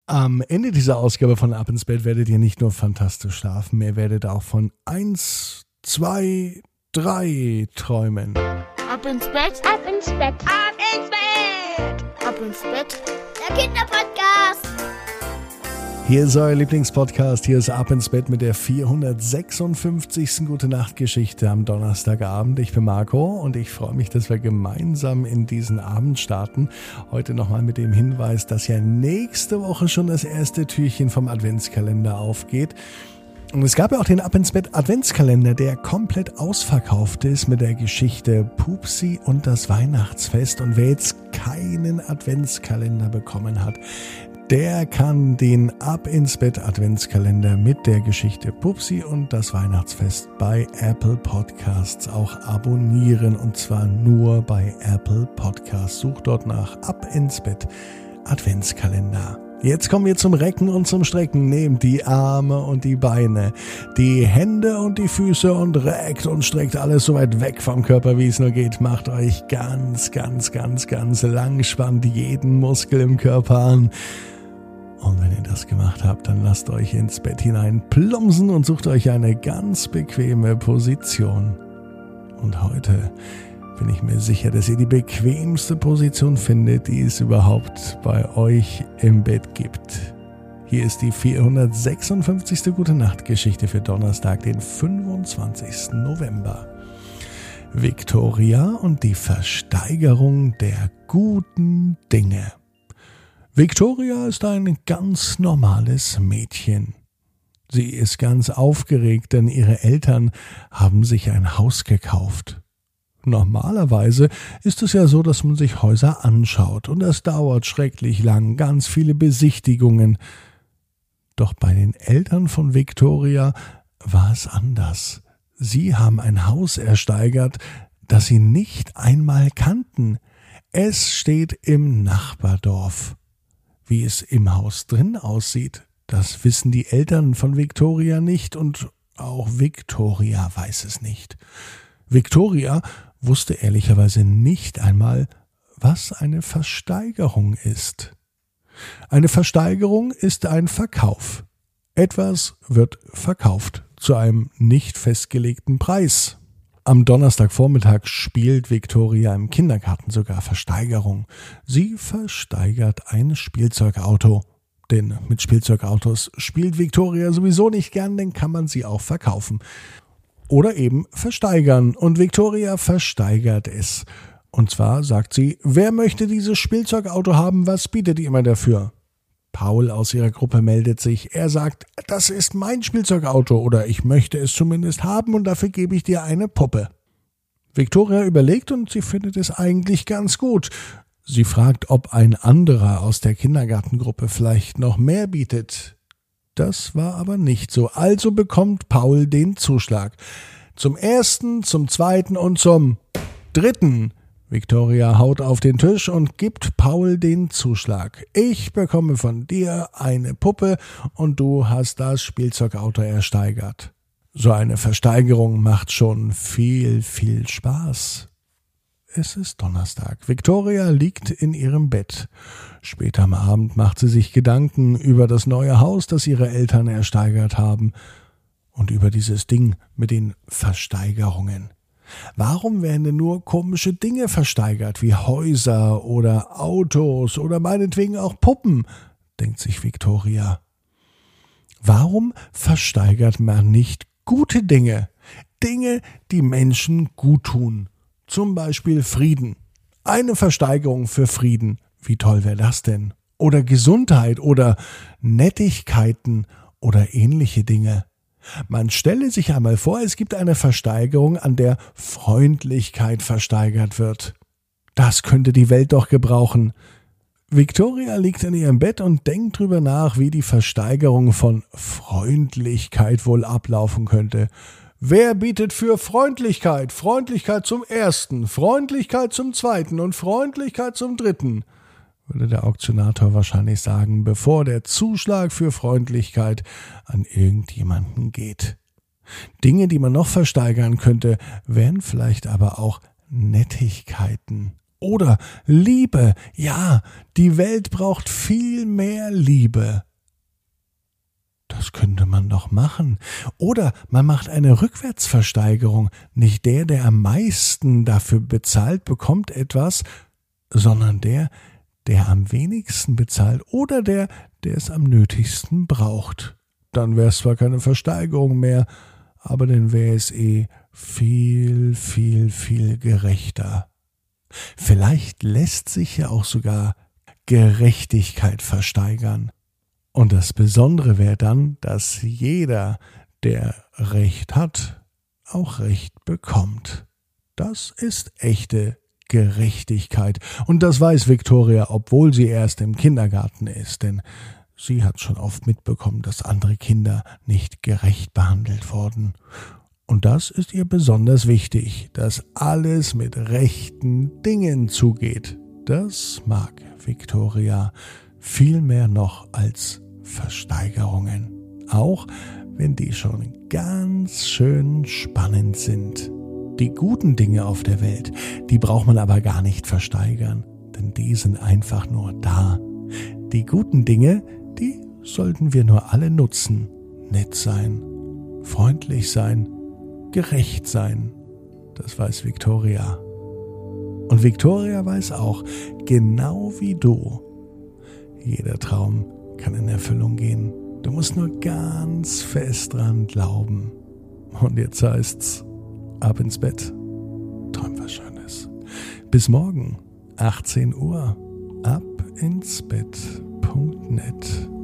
Am Ende dieser Ausgabe von Ab ins Bett werdet ihr nicht nur fantastisch schlafen, ihr werdet auch von 1, 2, 3 träumen. Ab ins Bett, ab ins Bett, ab ins Bett, ab ins Bett, der Kinderpodcast. Hier ist euer Lieblingspodcast, hier ist Ab ins Bett mit der 456. Gute-Nacht-Geschichte am Donnerstagabend. Ich bin Marco und ich freue mich, dass wir gemeinsam in diesen Abend starten. Heute nochmal mit dem Hinweis, dass ja nächste Woche schon das erste Türchen vom Adventskalender aufgeht. Und es gab ja auch den Ab ins Bett Adventskalender, der komplett ausverkauft ist mit der Geschichte Pupsi und das Weihnachtsfest. Und wer jetzt keinen Adventskalender bekommen hat, der kann den Ab ins Bett Adventskalender mit der Geschichte Pupsi und das Weihnachtsfest bei Apple Podcasts auch abonnieren. Und zwar nur bei Apple Podcasts. Sucht dort nach Ab ins Bett Adventskalender. Jetzt kommen wir zum Recken und zum Strecken. Nehmt die Arme und die Beine, die Hände und die Füße und reckt und streckt alles so weit weg vom Körper, wie es nur geht. Macht euch ganz lang, spannt jeden Muskel im Körper an. Und wenn ihr das gemacht habt, dann lasst euch ins Bett hinein plumpsen und sucht euch eine ganz bequeme Position. Und heute bin ich mir sicher, dass ihr die bequemste Position findet, die es überhaupt bei euch im Bett gibt. Hier ist die 456. Gute-Nacht-Geschichte für Donnerstag, den 25. November. Viktoria und die Versteigerung der guten Dinge. Viktoria ist ein ganz normales Mädchen. Sie ist ganz aufgeregt, denn ihre Eltern haben sich ein Haus gekauft. Normalerweise ist es ja so, dass man sich Häuser anschaut und das dauert schrecklich lang, ganz viele Besichtigungen. Doch bei den Eltern von Viktoria war es anders. Sie haben ein Haus ersteigert, das sie nicht einmal kannten. Es steht im Nachbardorf. Wie es im Haus drin aussieht, das wissen die Eltern von Viktoria nicht und auch Viktoria weiß es nicht. Viktoria wusste ehrlicherweise nicht einmal, was eine Versteigerung ist. Eine Versteigerung ist ein Verkauf. Etwas wird verkauft zu einem nicht festgelegten Preis. Am Donnerstagvormittag spielt Viktoria im Kindergarten sogar Versteigerung. Sie versteigert ein Spielzeugauto. Denn mit Spielzeugautos spielt Viktoria sowieso nicht gern, denn kann man sie auch verkaufen. Oder eben versteigern. Und Viktoria versteigert es. Und zwar sagt sie, wer möchte dieses Spielzeugauto haben, was bietet ihr mir dafür? Paul aus ihrer Gruppe meldet sich. Er sagt, das ist mein Spielzeugauto oder ich möchte es zumindest haben und dafür gebe ich dir eine Puppe. Viktoria überlegt und sie findet es eigentlich ganz gut. Sie fragt, ob ein anderer aus der Kindergartengruppe vielleicht noch mehr bietet. Das war aber nicht so. Also bekommt Paul den Zuschlag. Zum ersten, zum zweiten und zum dritten. Viktoria haut auf den Tisch und gibt Paul den Zuschlag. Ich bekomme von dir eine Puppe und du hast das Spielzeugauto ersteigert. So eine Versteigerung macht schon viel Spaß. Es ist Donnerstag. Viktoria liegt in ihrem Bett. Später am Abend macht sie sich Gedanken über das neue Haus, das ihre Eltern ersteigert haben und über dieses Ding mit den Versteigerungen. Warum werden denn nur komische Dinge versteigert, wie Häuser oder Autos oder meinetwegen auch Puppen, denkt sich Viktoria. Warum versteigert man nicht gute Dinge? Dinge, die Menschen gut tun. Zum Beispiel Frieden. Eine Versteigerung für Frieden. Wie toll wäre das denn? Oder Gesundheit oder Nettigkeiten oder ähnliche Dinge. Man stelle sich einmal vor, es gibt eine Versteigerung, an der Freundlichkeit versteigert wird. Das könnte die Welt doch gebrauchen. Viktoria liegt in ihrem Bett und denkt drüber nach, wie die Versteigerung von Freundlichkeit wohl ablaufen könnte. Wer bietet für Freundlichkeit? Freundlichkeit zum ersten, Freundlichkeit zum zweiten und Freundlichkeit zum dritten, würde der Auktionator wahrscheinlich sagen, bevor der Zuschlag für Freundlichkeit an irgendjemanden geht. Dinge, die man noch versteigern könnte, wären vielleicht aber auch Nettigkeiten Oder Liebe. Ja, die Welt braucht viel mehr Liebe. Das könnte man doch machen. Oder man macht eine Rückwärtsversteigerung. Nicht der am meisten dafür bezahlt, bekommt etwas, sondern der am wenigsten bezahlt oder der es am nötigsten braucht. Dann wäre es zwar keine Versteigerung mehr, aber dann wäre es viel, viel, viel gerechter. Vielleicht lässt sich ja auch sogar Gerechtigkeit versteigern. Und das Besondere wäre dann, dass jeder, der Recht hat, auch Recht bekommt. Das ist echte Gerechtigkeit. Und das weiß Viktoria, obwohl sie erst im Kindergarten ist, denn sie hat schon oft mitbekommen, dass andere Kinder nicht gerecht behandelt wurden. Und das ist ihr besonders wichtig, dass alles mit rechten Dingen zugeht. Das mag Viktoria viel mehr noch als Versteigerungen. Auch wenn die schon ganz schön spannend sind. Die guten Dinge auf der Welt, die braucht man aber gar nicht versteigern, denn die sind einfach nur da. Die guten Dinge, die sollten wir nur alle nutzen. Nett sein, freundlich sein, gerecht sein. Das weiß Viktoria. Und Viktoria weiß auch, genau wie du, jeder Traum kann in Erfüllung gehen. Du musst nur ganz fest dran glauben. Und jetzt heißt's, ab ins Bett, träum was Schönes. Bis morgen, 18 Uhr, abinsbett.net.